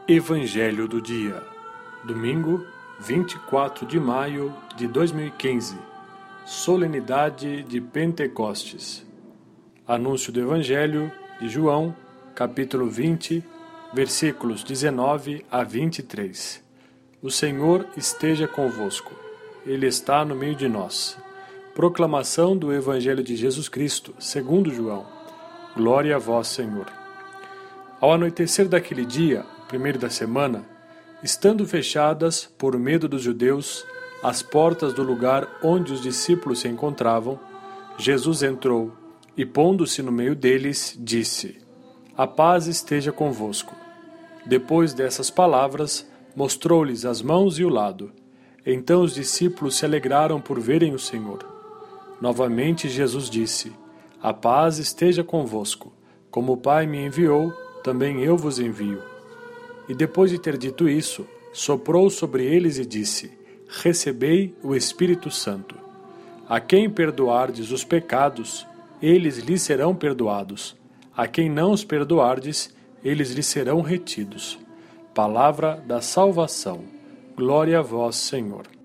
Evangelho do Dia, domingo, 24 de maio de 2015, Solenidade de Pentecostes. Anúncio do Evangelho de João, capítulo 20, versículos 19 a 23. O Senhor esteja convosco, Ele está no meio de nós. Proclamação do Evangelho de Jesus Cristo, segundo João. Glória a vós, Senhor. Ao anoitecer daquele dia, primeiro da semana, estando fechadas, por medo dos judeus, as portas do lugar onde os discípulos se encontravam, Jesus entrou e, pondo-se no meio deles, disse: A paz esteja convosco. Depois dessas palavras, mostrou-lhes as mãos e o lado. Então os discípulos se alegraram por verem o Senhor. Novamente Jesus disse: A paz esteja convosco. Como o Pai me enviou, também eu vos envio. E depois de ter dito isso, soprou sobre eles e disse: Recebei o Espírito Santo. A quem perdoardes os pecados, eles lhes serão perdoados. A quem não os perdoardes, eles lhes serão retidos. Palavra da salvação. Glória a vós, Senhor.